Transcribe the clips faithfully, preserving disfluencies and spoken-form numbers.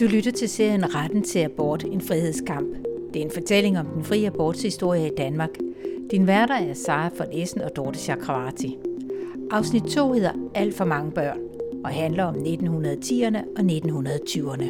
Du lytter til serien Retten til abort, en frihedskamp. Det er en fortælling om den frie aborts historie i Danmark. Din værter er Sara von Essen og Dorte Chakravarty. Afsnit to hedder Alt for mange børn og handler om nitten tierne og nitten tyverne.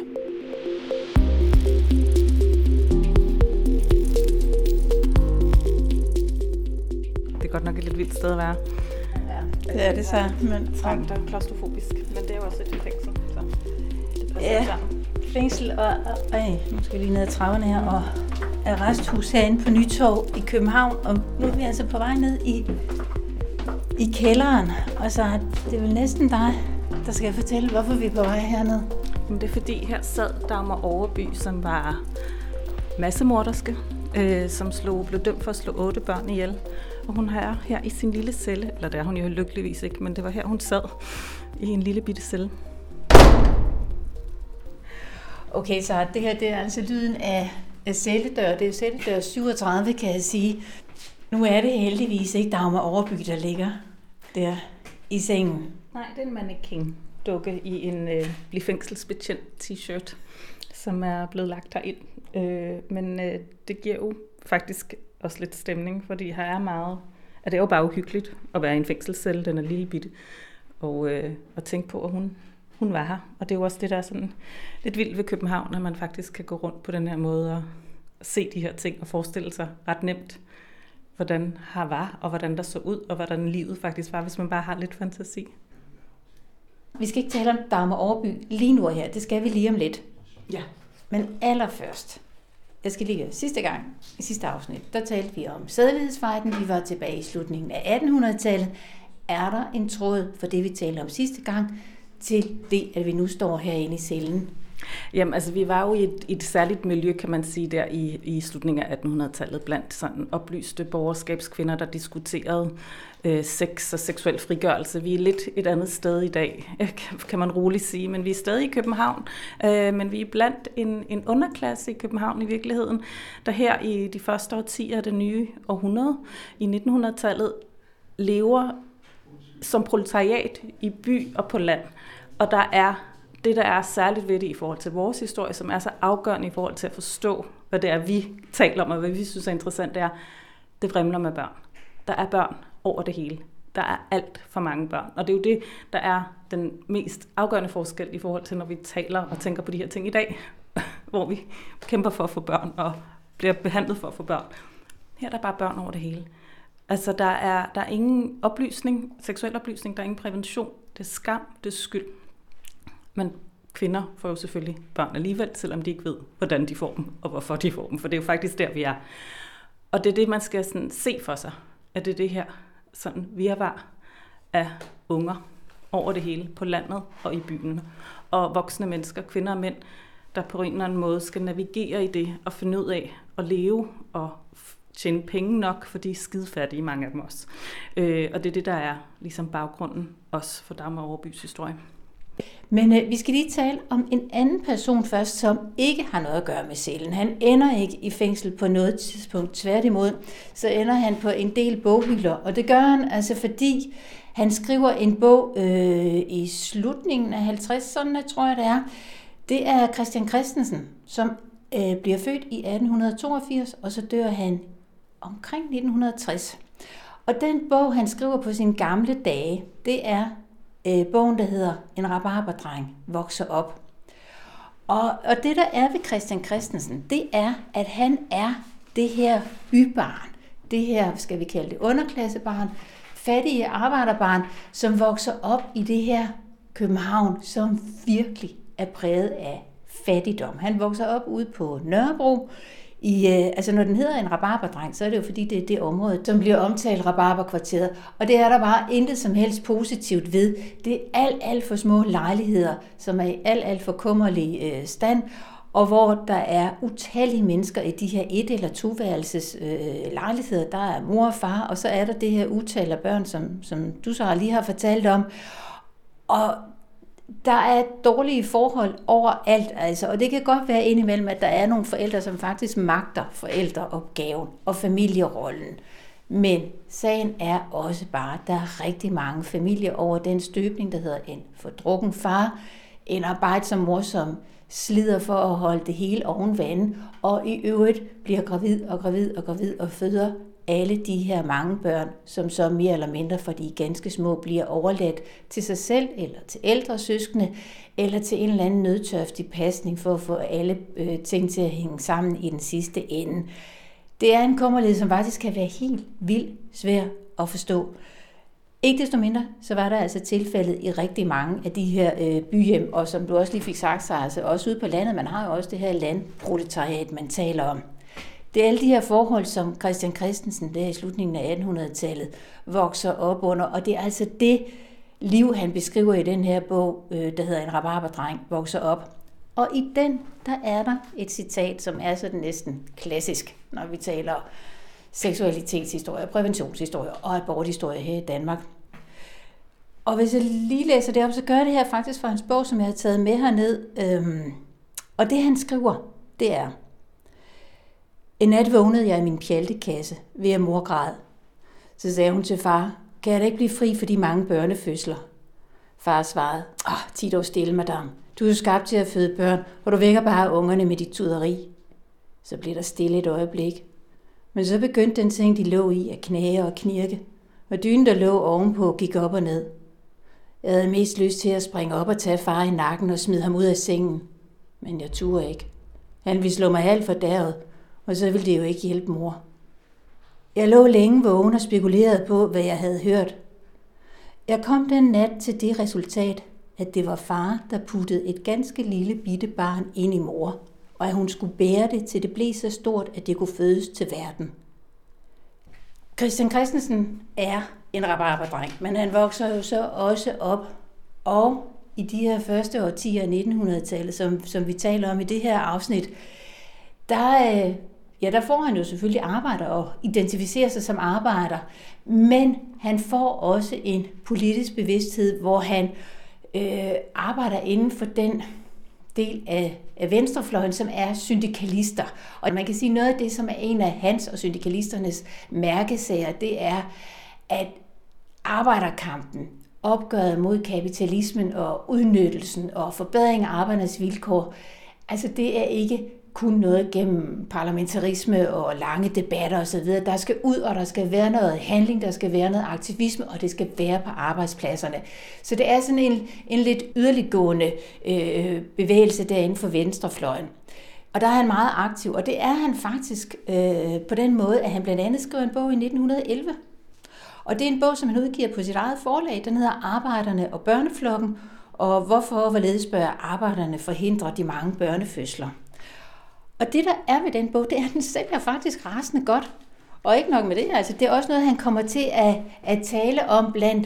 Det er godt nok et lidt vildt sted at være. Ja, det er det så. Men trangt og klaustrofobisk, men det er jo også et fængsel. Så det ja, fængsel og, og øj, nu skal vi lige ned ad trapperne her, og arresthus herinde på Nytorv i København, og nu er vi altså på vej ned i, i kælderen, og så det er vel næsten dig, der skal fortælle, hvorfor vi er på vej herned. Men det er fordi, her sad Dagmar Overby, som var massemorderske, øh, som slog, blev dømt for at slå otte børn ihjel. Og hun er her i sin lille celle, eller det er hun jo lykkeligvis ikke, men det var her, hun sad i en lille bitte celle. Okay, så det her det er altså lyden af, af celledør. Det er jo celledør syvogtredive, kan jeg sige. Nu er det heldigvis ikke Dagmar Overby, der ligger der i sengen. Nej, det er en mannequin-dukke i en øh, blive fængselsbetjent t-shirt, som er blevet lagt herind. Øh, men øh, det giver jo faktisk også lidt stemning, fordi her er meget, at det er jo bare uhyggeligt at være i en fængselscelle, den er lille bitte, og øh, at tænke på, at hun, hun var her. Og det er jo også det, der er sådan lidt vildt ved København, at man faktisk kan gå rundt på den her måde og se de her ting og forestille sig ret nemt, hvordan her var, og hvordan der så ud, og hvordan livet faktisk var, hvis man bare har lidt fantasi. Vi skal ikke tale om Dagmar Overby lige nu her, det skal vi lige om lidt. Ja. Men allerførst, jeg skal lige sidste gang, i sidste afsnit, der talte vi om sædelighedsfejden. Vi var tilbage i slutningen af attenhundredetallet. Er der en tråd for det, vi talte om sidste gang, til det, at vi nu står herinde i cellen? Jamen, altså, vi var jo i et, et særligt miljø, kan man sige, der i, i slutningen af attenhundredetallet, blandt sådan oplyste borgerskabskvinder, der diskuterede øh, sex og seksuel frigørelse. Vi er lidt et andet sted i dag, kan man roligt sige, men vi er stadig i København, øh, men vi er blandt en, en underklasse i København i virkeligheden, der her i de første årtier af det nye århundrede, i nittenhundredetallet, lever som proletariat i by og på land, og der er det, der er særligt ved det i forhold til vores historie, som er så afgørende i forhold til at forstå, hvad det er, vi taler om, og hvad vi synes er interessant, det er, det vrimler med børn. Der er børn over det hele. Der er alt for mange børn. Og det er jo det, der er den mest afgørende forskel i forhold til, når vi taler og tænker på de her ting i dag, hvor vi kæmper for at få børn og bliver behandlet for at få børn. Her er der bare børn over det hele. Altså, der er, der er ingen oplysning, seksuel oplysning, der er ingen prævention. Det er skam, det er skyld. Men kvinder får jo selvfølgelig børn alligevel, selvom de ikke ved, hvordan de får dem, og hvorfor de får dem, for det er jo faktisk der, vi er. Og det er det, man skal sådan se for sig, at det er det her sådan virvar af unger over det hele, på landet og i byen, og voksne mennesker, kvinder og mænd, der på en eller anden måde skal navigere i det, og finde ud af at leve og tjene penge nok, for de er skidefattige, mange af dem også. Øh, og det er det, der er ligesom baggrunden også for Dagmar Overbys historie. Men øh, vi skal lige tale om en anden person først, som ikke har noget at gøre med cellen. Han ender ikke i fængsel på noget tidspunkt. Tværtimod, så ender han på en del boghylder. Og det gør han altså, fordi han skriver en bog øh, i slutningen af halvtredserne, tror jeg det er. Det er Christian Christensen, som øh, bliver født i atten toogfirs, og så dør han omkring nitten tres. Og den bog, han skriver på sine gamle dage, det er Øh, bogen, der hedder En rabarberdreng vokser op. Og, og det, der er ved Christian Christensen, det er, at han er det her bybarn, det her, skal vi kalde det, underklassebarn, fattige arbejderbarn, som vokser op i det her København, som virkelig er præget af fattigdom. Han vokser op ude på Nørrebro. I, øh, altså når den hedder En rabarberdreng, så er det jo fordi, det er det område, som bliver omtalt rabarberkvarteret. Og det er der bare intet som helst positivt ved. Det er alt, alt for små lejligheder, som er i alt, alt for kummerlig øh, stand, og hvor der er utallige mennesker i de her et- eller toværelses øh, lejligheder. Der er mor og far, og så er der det her utal af børn, som, som du så lige har fortalt om. Og der er dårlige forhold overalt, altså, og det kan godt være indimellem, at der er nogle forældre, som faktisk magter forældreopgaven og familierollen. Men sagen er også bare, at der er rigtig mange familier over den støbning, der hedder en fordrukken far, en arbejdsom mor, som slider for at holde det hele oven vande, og i øvrigt bliver gravid og gravid og gravid og føder alle de her mange børn, som så mere eller mindre, fordi ganske små, bliver overladt til sig selv, eller til ældre søskende, eller til en eller anden nødtørftig pasning for at få alle øh, ting til at hænge sammen i den sidste ende. Det er en kummerlighed, som faktisk kan være helt vildt svær at forstå. Ikke desto mindre, så var der altså tilfældet i rigtig mange af de her øh, byhjem, og som du også lige fik sagt, så altså også ude på landet, man har jo også det her landproletariat, man taler om. Det er alle de her forhold, som Christian Christensen der i slutningen af attenhundredetallet vokser op under, og det er altså det liv, han beskriver i den her bog, øh, der hedder En rabarberdreng, vokser op. Og i den, der er der et citat, som er sådan næsten klassisk, når vi taler seksualitetshistorie, præventionshistorie og aborthistorie her i Danmark. Og hvis jeg lige læser det op, så gør jeg det her faktisk fra hans bog, som jeg har taget med herned. Øhm, og det han skriver, det er: En nat vågnede jeg i min pjaltekasse ved at mor græd. Så sagde hun til far: Kan jeg da ikke blive fri for de mange børnefødsler? Far svarede: Åh, oh, ti år stille, madame. Du er jo skabt til at føde børn, og du vækker bare ungerne med dit tuderi. Så blev der stille et øjeblik. Men så begyndte den seng, de lå i, at knage og knirke, og dynen, der lå ovenpå, gik op og ned. Jeg havde mest lyst til at springe op og tage far i nakken og smide ham ud af sengen. Men jeg turde ikke. Han ville slå mig alt for derud, og så ville det jo ikke hjælpe mor. Jeg lå længe vågen og spekulerede på, hvad jeg havde hørt. Jeg kom den nat til det resultat, at det var far, der puttede et ganske lille bitte barn ind i mor, og at hun skulle bære det, til det blev så stort, at det kunne fødes til verden. Christian Christensen er en rabarberdreng, men han vokser jo så også op, og i de her første årtier af nittenhundredetallet, som, som vi taler om i det her afsnit, der, ja, der får han jo selvfølgelig arbejder og identificerer sig som arbejder, men han får også en politisk bevidsthed, hvor han øh, arbejder inden for den del af, af venstrefløjen, som er syndikalister. Og man kan sige, noget af det, som er en af hans og syndikalisternes mærkesager, det er, at arbejderkampen, opgøret mod kapitalismen og udnyttelsen og forbedring af arbejdernes vilkår, altså det er ikke kun noget gennem parlamentarisme og lange debatter osv. Der skal ud, og der skal være noget handling, der skal være noget aktivisme, og det skal være på arbejdspladserne. Så det er sådan en, en lidt yderliggående øh, bevægelse derinde for venstrefløjen. Og der er han meget aktiv, og det er han faktisk øh, på den måde, at han blandt andet skriver en bog i nitten elleve. Og det er en bog, som han udgiver på sit eget forlag. Den hedder Arbejderne og børneflokken, og hvorfor og hvorledes bør arbejderne forhindre de mange børnefødsler. Og det, der er ved den bog, det er, at den sælger faktisk rasende godt. Og ikke nok med det, altså det er også noget, han kommer til at, at tale om blandt,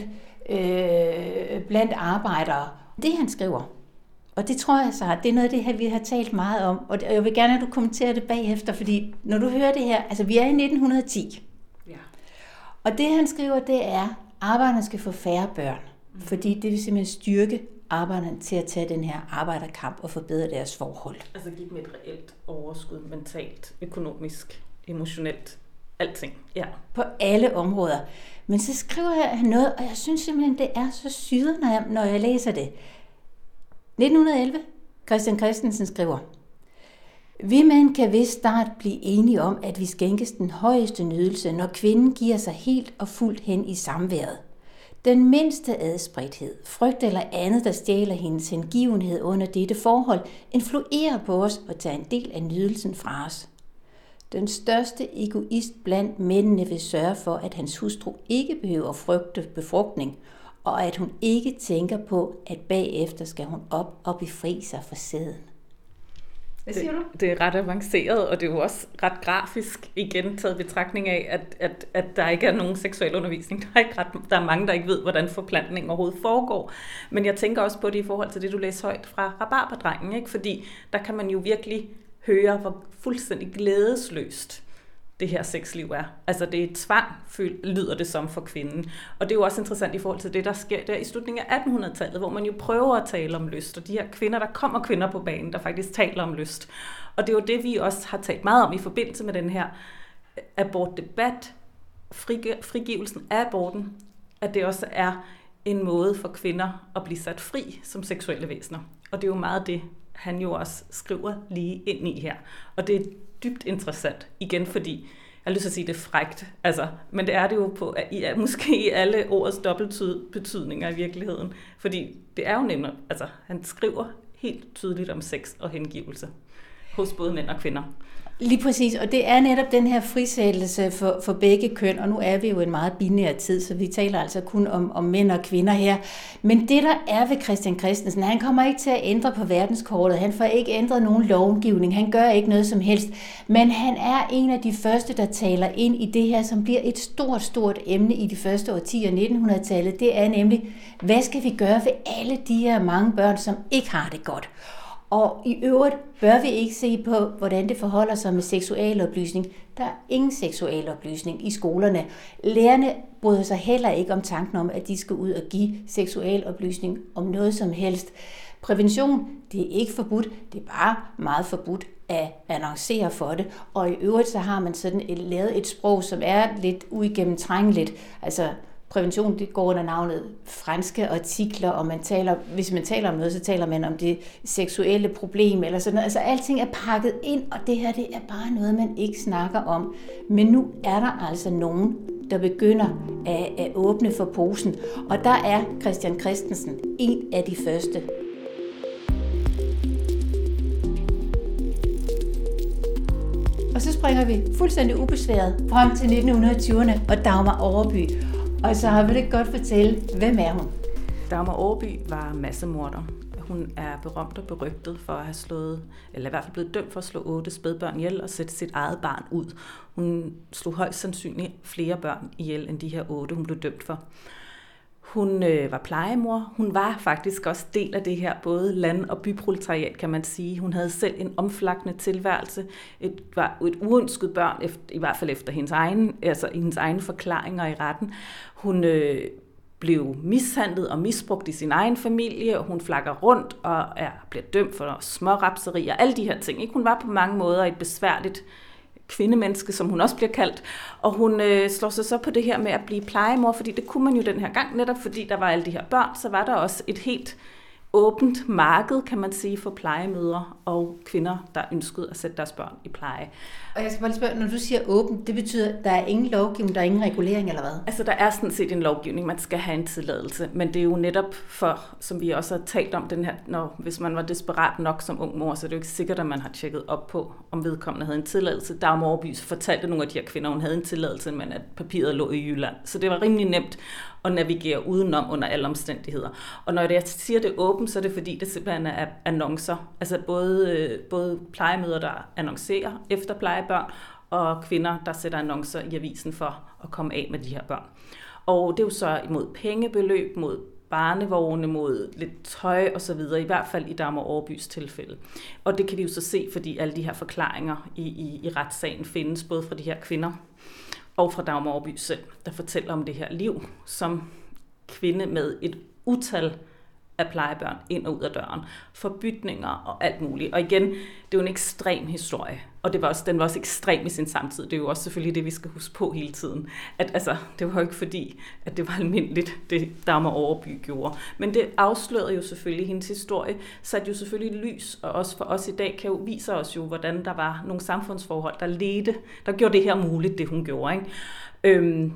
øh, blandt arbejdere. Det han skriver, og det tror jeg så, det er noget af det her, vi har talt meget om. Og jeg vil gerne, at du kommenterer det bagefter, fordi når du hører det her, altså vi er i nitten ti. Ja. Og det han skriver, det er, at arbejderne skal få færre børn. Mm. Fordi det vil simpelthen styrke arbejderne til at tage den her arbejderkamp og forbedre deres forhold. Altså give dem et reelt overskud, mentalt, økonomisk, emotionelt, alting. Ja. På alle områder. Men så skriver jeg noget, og jeg synes simpelthen, det er så syret, når jeg, når jeg læser det. nitten elleve, Christian Christensen skriver: Vi mænd kan vist snart blive enige om, at vi skænkes den højeste nydelse, når kvinden giver sig helt og fuldt hen i samværet. Den mindste adspredthed, frygt eller andet, der stjæler hendes hengivenhed under dette forhold, influerer på os og tager en del af nydelsen fra os. Den største egoist blandt mændene vil sørge for, at hans hustru ikke behøver frygte befrugtning, og at hun ikke tænker på, at bagefter skal hun op og befri sig fra sæden. Hvad siger du? Det, det er ret avanceret, og det er jo også ret grafisk, igen taget betragtning af, at, at, at der ikke er nogen seksuel undervisning. Der er, ikke ret, der er mange, der ikke ved, hvordan forplantning overhovedet foregår. Men jeg tænker også på det i forhold til det, du læste højt fra rabarberdrengen, ikke? Fordi der kan man jo virkelig høre, hvor fuldstændig glædesløst det her sexliv er. Altså det er tvang, lyder det som for kvinden. Og det er jo også interessant i forhold til det, der sker der i slutningen af attenhundredetallet, hvor man jo prøver at tale om lyst, og de her kvinder, der kommer kvinder på banen, der faktisk taler om lyst. Og det er jo det, vi også har talt meget om i forbindelse med den her abortdebat, frigivelsen af aborten, at det også er en måde for kvinder at blive sat fri som seksuelle væsener. Og det er jo meget det, han jo også skriver lige ind i her. Og det er dybt interessant, igen fordi, jeg har lyst til at sige, det er frækt, altså, men det er det jo på, i, måske i alle ordets dobbeltbetydninger i virkeligheden. Fordi det er jo nemlig, altså han skriver helt tydeligt om sex og hengivelse hos både mænd og kvinder. Lige præcis, og det er netop den her frisættelse for, for begge køn, og nu er vi jo i en meget binær tid, så vi taler altså kun om, om mænd og kvinder her. Men det, der er ved Christian Christensen, han kommer ikke til at ændre på verdenskortet, han får ikke ændret nogen lovgivning, han gør ikke noget som helst, men han er en af de første, der taler ind i det her, som bliver et stort, stort emne i de første årtier af nitten hundrede-tallet. Det er nemlig, hvad skal vi gøre ved alle de her mange børn, som ikke har det godt? Og i øvrigt bør vi ikke se på, hvordan det forholder sig med seksualoplysning. Der er ingen seksualoplysning i skolerne. Lærerne bryder sig heller ikke om tanken om, at de skal ud og give seksualoplysning om noget som helst. Prævention, det er ikke forbudt, det er bare meget forbudt at annoncere for det. Og i øvrigt så har man sådan et, lavet et sprog, som er lidt uigennemtrængeligt. Altså prævention, det går under navnet franske artikler, og man taler, hvis man taler om noget, så taler man om det seksuelle problem, eller sådan noget. Altså alting er pakket ind, og det her, det er bare noget, man ikke snakker om. Men nu er der altså nogen, der begynder at, at åbne for posen, og der er Christian Christensen en af de første. Og så springer vi fuldstændig ubesværet frem til nitten tyverne og Dagmar Overby. Og så har vi det godt fortælle, hvem er hun? Dagmar Overby var massemorder. Hun er berømt og berygtet for at have slået, eller i hvert fald blevet dømt for at slå otte spædbørn ihjel og sætte sit eget barn ud. Hun slog højst sandsynligt flere børn ihjel end de her otte, hun blev dømt for. Hun øh, var plejemor. Hun var faktisk også del af det her både land- og byproletariat, kan man sige. Hun havde selv en omflakkende tilværelse. Et, var et uønsket børn, efter, i hvert fald efter hendes egen, altså hendes egne forklaringer i retten. Hun øh, blev mishandlet og misbrugt i sin egen familie, og hun flakker rundt og er, bliver dømt for smårapseri og alle de her ting. Ikke? Hun var på mange måder et besværligt kvindemenneske, som hun også bliver kaldt, og hun øh, slår sig så på det her med at blive plejemor, fordi det kunne man jo den her gang, netop fordi der var alle de her børn, så var der også et helt åbent marked, kan man sige, for plejemødre og kvinder, der ønskede at sætte deres børn i pleje. Og jeg skal bare lige spørge, når du siger åbent, det betyder, at der er ingen lovgivning, der er ingen regulering, eller hvad? Altså, der er sådan set en lovgivning, man skal have en tilladelse, men det er jo netop for, som vi også har talt om, den her, når, hvis man var desperat nok som ung mor, så er det jo ikke sikkert, at man har tjekket op på, om vedkommende havde en tilladelse. Dagmar Overby fortalte nogle af de her kvinder, hun havde en tilladelse, men at papiret lå i Jylland. Så det var rimelig nemt at navigere udenom under alle omstændigheder. Og når jeg siger det åbent, så er det fordi, det simpelthen er annoncer. Altså både, både plejemødre, der annoncerer efter plejebørn, og kvinder, der sætter annoncer i avisen for at komme af med de her børn. Og det er jo så imod pengebeløb, mod barnevogne, mod lidt tøj og så videre, i hvert fald i Dagmar Overbys tilfælde. Og det kan vi jo så se, fordi alle de her forklaringer i, i, i retssagen findes, både fra de her kvinder og fra Dagmar Overby selv, der fortæller om det her liv som kvinde med et utal af plejebørn ind og ud af døren, forbytninger og alt muligt. Og igen, det er jo en ekstrem historie, og det var også, den var også ekstrem i sin samtid. Det er jo også selvfølgelig det, vi skal huske på hele tiden. At, altså, det var jo ikke fordi, at det var almindeligt, det Dagmar Overby gjorde. Men det afslørede jo selvfølgelig hendes historie, satte jo selvfølgelig lys, og også for os i dag kan jo vise os jo, hvordan der var nogle samfundsforhold, der ledte, der gjorde det her muligt, det hun gjorde. Ikke? Øhm,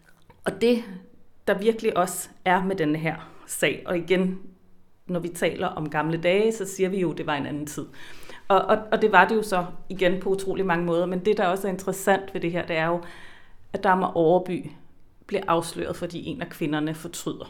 og det, der virkelig også er med denne her sag, og igen, når vi taler om gamle dage, så siger vi jo, at det var en anden tid. Og, og, og det var det jo så igen på utrolig mange måder, men det, der også er interessant ved det her, det er jo, at Dagmar Overby bliver afsløret, fordi en af kvinderne fortryder.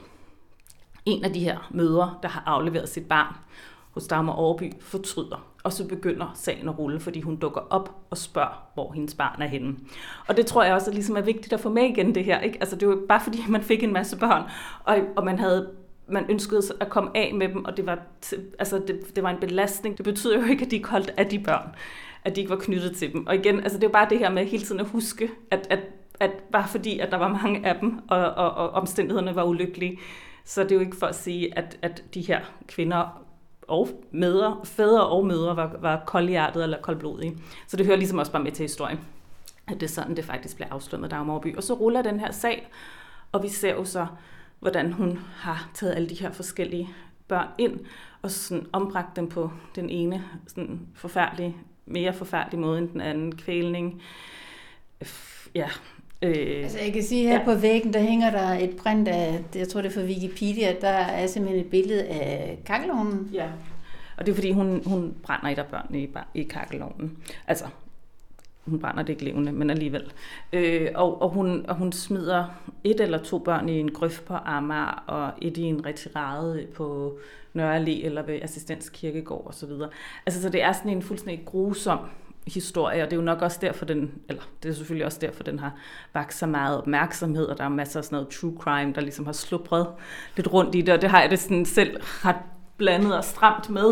En af de her mødre, der har afleveret sit barn hos Dagmar Overby, fortryder. Og så begynder sagen at rulle, fordi hun dukker op og spørger, hvor hendes barn er henne. Og det tror jeg også ligesom er vigtigt at få med igen det her. Ikke? Altså, det var jo bare fordi, man fik en masse børn, og, og man havde man ønskede at komme af med dem, og det var, altså det, det var en belastning. Det betyder jo ikke, at de ikke holdt af de børn, at de ikke var knyttet til dem. Og igen, altså det er jo bare det her med hele tiden at huske, at, at, at bare fordi, at der var mange af dem, og, og, og omstændighederne var ulykkelige, så det er jo ikke for at sige, at, at de her kvinder og mødre, fædre og mødre var, var koldhjertede eller koldblodige. Så det hører ligesom også bare med til historien, at det er sådan, det faktisk bliver afsløret med Dagmar Overby. Og så ruller den her sag, og vi ser jo så, hvordan hun har taget alle de her forskellige børn ind, og sådan ombragt dem på den ene sådan forfærdelige, mere forfærdelige måde end den anden. Kvælning. Ja. Øh, altså jeg kan sige, her ja. På væggen, der hænger der et print af, jeg tror det er fra Wikipedia, der er simpelthen et billede af kakkelovnen. Ja, og det er fordi, hun, hun brænder et af børnene i, i kakkelovnen. Altså, hun brænder det ikke levende, men alligevel. Øh, og, og, hun, og hun smider et eller to børn i en grøft på Amager, og et i en retirade på Nørre Allé eller ved Assistens Kirkegård osv. Altså, så det er sådan en fuldstændig grusom historie, og det er jo nok også derfor, den, eller det er selvfølgelig også derfor, den har vakt så meget opmærksomhed, og der er masser af sådan noget true crime, der ligesom har slubret lidt rundt i det, og det har jeg det sådan selv ret blandet og stramt med.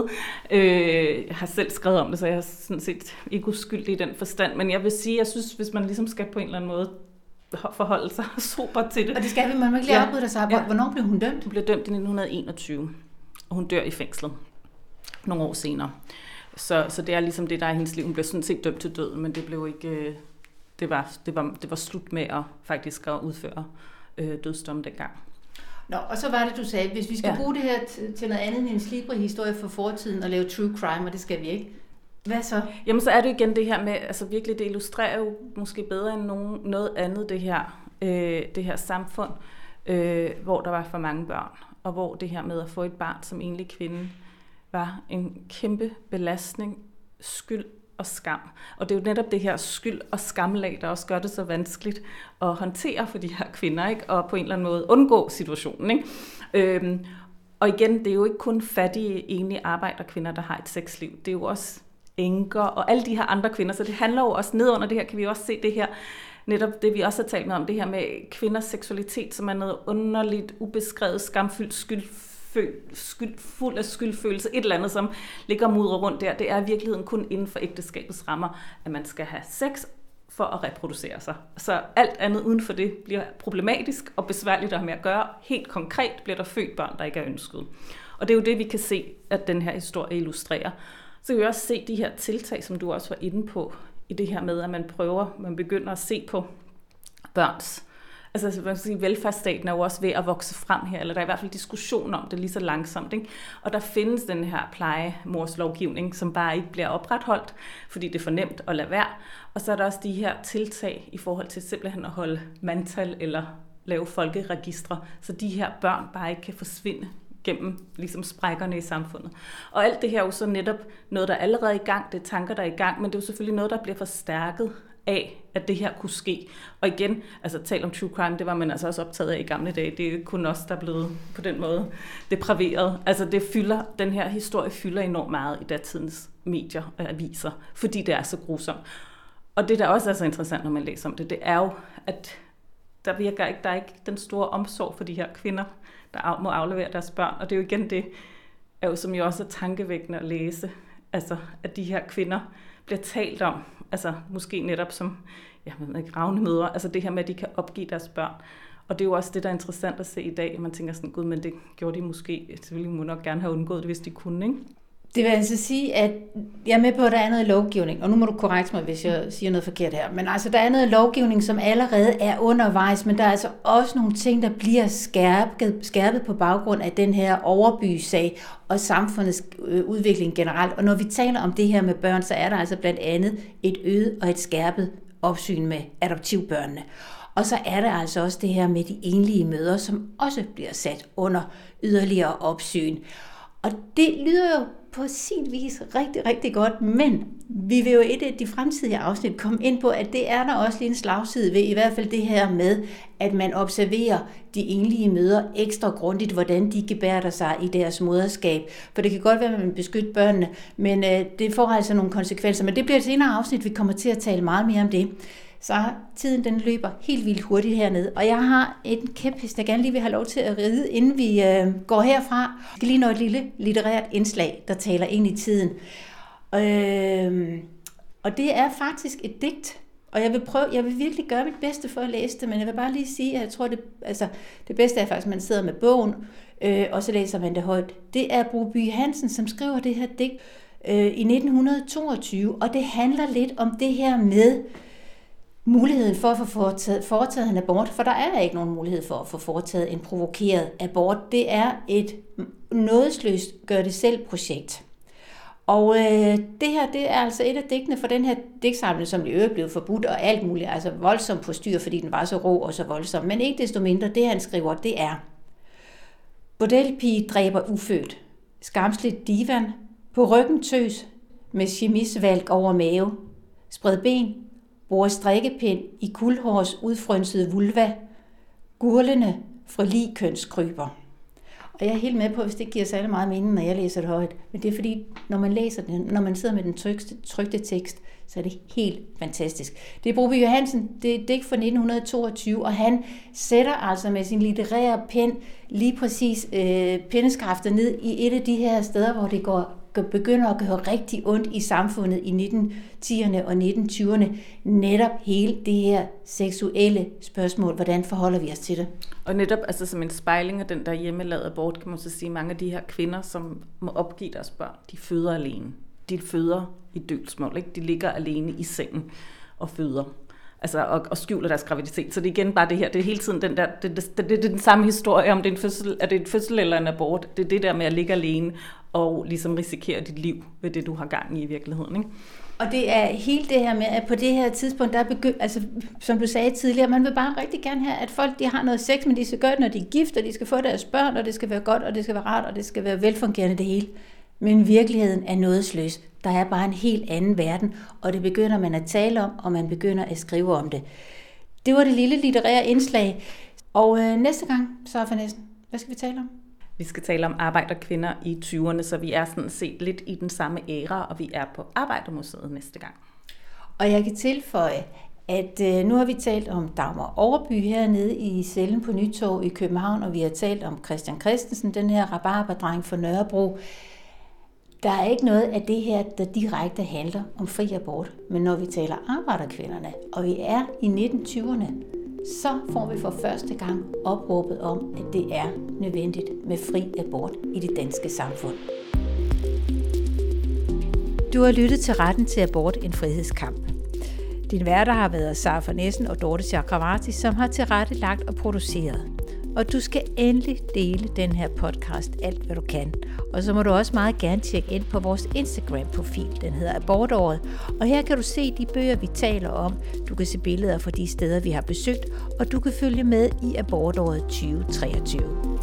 Øh, jeg har selv skrevet om det, så jeg er sådan set ikke uskyldig i den forstand, men jeg vil sige, jeg synes, hvis man ligesom skal på en eller anden måde forholde sig super til det. Og det skal vi, man må ikke lige afbryde dig, så ja. Hvornår blev hun dømt? Hun blev dømt i nitten enogtyve, og hun dør i fængslet nogle år senere. Så, så det er ligesom det, der er i hendes liv. Hun blev sådan set dømt til døden, men det blev ikke, det var, det var, det var slut med at faktisk at udføre øh, dødsdom dengang. Nå, og så var det, du sagde, hvis vi skal ja. bruge det her t- til noget andet end en slibrig historie for fortiden og lave true crime, og det skal vi ikke. Hvad så? Jamen, så er det igen det her med, altså virkelig, det illustrerer jo måske bedre end nogen, noget andet det her, øh, det her samfund, øh, hvor der var for mange børn, og hvor det her med at få et barn som enlig kvinde var en kæmpe belastning, skyld og skam. Og det er jo netop det her skyld og skamlag, der også gør det så vanskeligt at håndtere for de her kvinder, ikke? Og på en eller anden måde undgå situationen. Ikke? Øhm, og igen, det er jo ikke kun fattige, enlige arbejderkvinder, der har et sexliv. Det er jo også enker og alle de her andre kvinder. Så det handler jo også nedunder det her, kan vi også se det her, netop det vi også har talt med om, det her med kvinders seksualitet, som er noget underligt, ubeskrevet, skamfyldt, skyldfyldt, Skyld, fuld af skyldfølelse, et eller andet, som ligger mudret rundt der. Det er i virkeligheden kun inden for ægteskabets rammer, at man skal have sex for at reproducere sig. Så alt andet uden for det bliver problematisk og besværligt at have med at gøre. Helt konkret bliver der født børn, der ikke er ønsket. Og det er jo det, vi kan se, at den her historie illustrerer. Så kan vi også se de her tiltag, som du også var inde på, i det her med, at man prøver, man begynder at se på børns. Altså, man kan sige, velfærdsstaten er jo også ved at vokse frem her, eller der er i hvert fald diskussion om det lige så langsomt, ikke? Og der findes den her plejemordslovgivning, som bare ikke bliver opretholdt, fordi det er for nemt at lade være. Og så er der også de her tiltag i forhold til simpelthen at holde mandtal eller lave folkeregistre, så de her børn bare ikke kan forsvinde gennem ligesom sprækkerne i samfundet. Og alt det her er jo så netop noget, der er allerede i gang, det er tanker, der er i gang, men det er jo selvfølgelig noget, der bliver forstærket af, at det her kunne ske. Og igen, altså tal om true crime, det var man altså også optaget af i gamle dage. Det er kun os, der er blevet på den måde depraveret. Altså det fylder, den her historie fylder enormt meget i datidens medier og aviser, fordi det er så grusomt. Og det, der også er så interessant, når man læser om det, det er jo, at der virker ikke, der er ikke den store omsorg for de her kvinder, der må aflevere deres børn. Og det er jo igen det, er jo, som jo også er tankevækkende at læse, altså at de her kvinder bliver talt om, altså måske netop som, jeg ved ikke, ravnemødre, altså det her med, at de kan opgive deres børn. Og det er jo også det, der er interessant at se i dag. Man tænker sådan, gud, men det gjorde de måske, så ville de må nok gerne have undgået det, hvis de kunne, ikke? Det vil altså sige, at jeg er med på, at der er noget lovgivning, og nu må du korrekte mig, hvis jeg siger noget forkert her, men altså der er noget lovgivning, som allerede er undervejs, men der er altså også nogle ting, der bliver skærpet, skærpet på baggrund af den her overbysag og samfundets udvikling generelt. Og når vi taler om det her med børn, så er der altså blandt andet et øget og et skærpet opsyn med adoptivbørnene. Og så er der altså også det her med de enlige mødre, som også bliver sat under yderligere opsyn. Og det lyder jo på sin vis rigtig, rigtig godt, men vi vil jo i et af de fremtidige afsnit komme ind på, at det er der også lige en slagside ved, i hvert fald det her med, at man observerer de enlige mødre ekstra grundigt, hvordan de gebærder sig i deres moderskab. For det kan godt være, at man beskytter børnene, men øh, det får altså nogle konsekvenser. Men det bliver et senere afsnit, vi kommer til at tale meget mere om det. Så tiden den løber helt vildt hurtigt hernede. Og jeg har en kæphest, jeg gerne lige vil have lov til at ride, inden vi øh, går herfra. Jeg skal lige nå et lille litterært indslag, der taler ind i tiden. Øh, og det er faktisk et digt. Og jeg vil prøve, jeg vil virkelig gøre mit bedste for at læse det, men jeg vil bare lige sige, at jeg tror, det, altså, det bedste er faktisk, at man sidder med bogen, øh, og så læser man det højt. Det er Broby Hansen, som skriver det her digt øh, i nitten toogtyve, og det handler lidt om det her med, muligheden for at få foretaget, foretaget en abort, for der er ikke nogen mulighed for at få foretaget en provokeret abort. Det er et nådesløst gør-det-selv-projekt. Og øh, det her, det er altså et af digtene for den her digtsamling, som i øvrigt blev forbudt og alt muligt, altså voldsomt på styr, fordi den var så rå og så voldsom. Men ikke desto mindre, det han skriver, det er: bordelpige dræber ufødt, skamsligt divan, på ryggen tøs, med chemisvalg over mave, spred ben, bruger strikkepind i kuldhårs udfrønsede vulva, gurlende fra ligkønskryber. Og jeg er helt med på, hvis det giver særlig meget mening, når jeg læser det højt. Men det er fordi, når man læser den, når man sidder med den trykte, trykte tekst, så er det helt fantastisk. Det er Broby Johansen, det er et digt fra nitten toogtyve, og han sætter altså med sin litterære pen lige præcis øh, pindeskaftet ned i et af de her steder, hvor det går, begynder at gøre rigtig ondt i samfundet i nitten tierne og nitten tyverne. Netop hele det her seksuelle spørgsmål, hvordan forholder vi os til det? Og netop altså som en spejling af den der hjemmelavede abort, kan man så sige, mange af de her kvinder, som må opgive deres børn, de føder alene. De føder i dølgsmål, ikke? De ligger alene i sengen og føder. Altså, og, og skjuler deres graviditet. Så det er igen bare det her, det er hele tiden den der, det, det, det, det er den samme historie, om det er en fødsel, er det en fødsel eller en abort. Det er det der med at ligge alene og ligesom risikere dit liv ved det, du har gang i i virkeligheden, ikke? Og det er helt det her med, at på det her tidspunkt, der er begyndt, altså som du sagde tidligere, man vil bare rigtig gerne have, at folk de har noget sex, men de skal gøre det, når de er gift, og de skal få deres børn, og det skal være godt, og det skal være rart, og det skal være velfungerende det hele. Men virkeligheden er nådesløs. Der er bare en helt anden verden, og det begynder man at tale om, og man begynder at skrive om det. Det var det lille litterære indslag. Og øh, næste gang, så Vanessa, hvad skal vi tale om? Vi skal tale om arbejderkvinder i tyverne, så vi er sådan set lidt i den samme æra, og vi er på Arbejdermuseet næste gang. Og jeg kan tilføje, at øh, nu har vi talt om Dagmar Overby hernede i Cellen på Nytorv i København, og vi har talt om Christian Christensen, den her rabarberdreng fra Nørrebro. Der er ikke noget af det her, der direkte handler om fri abort, men når vi taler arbejderkvinderne, og vi er i nitten tyverne, så får vi for første gang opråbet om, at det er nødvendigt med fri abort i det danske samfund. Du har lyttet til Retten til abort, en frihedskamp. Din værter har været Sara von Essen og Dorte Chakravarty, som har tilrettelagt og produceret. Og du skal endelig dele den her podcast alt, hvad du kan. Og så må du også meget gerne tjekke ind på vores Instagram-profil. Den hedder Abortåret. Og her kan du se de bøger, vi taler om. Du kan se billeder fra de steder, vi har besøgt. Og du kan følge med i Abortåret tyve treogtyve.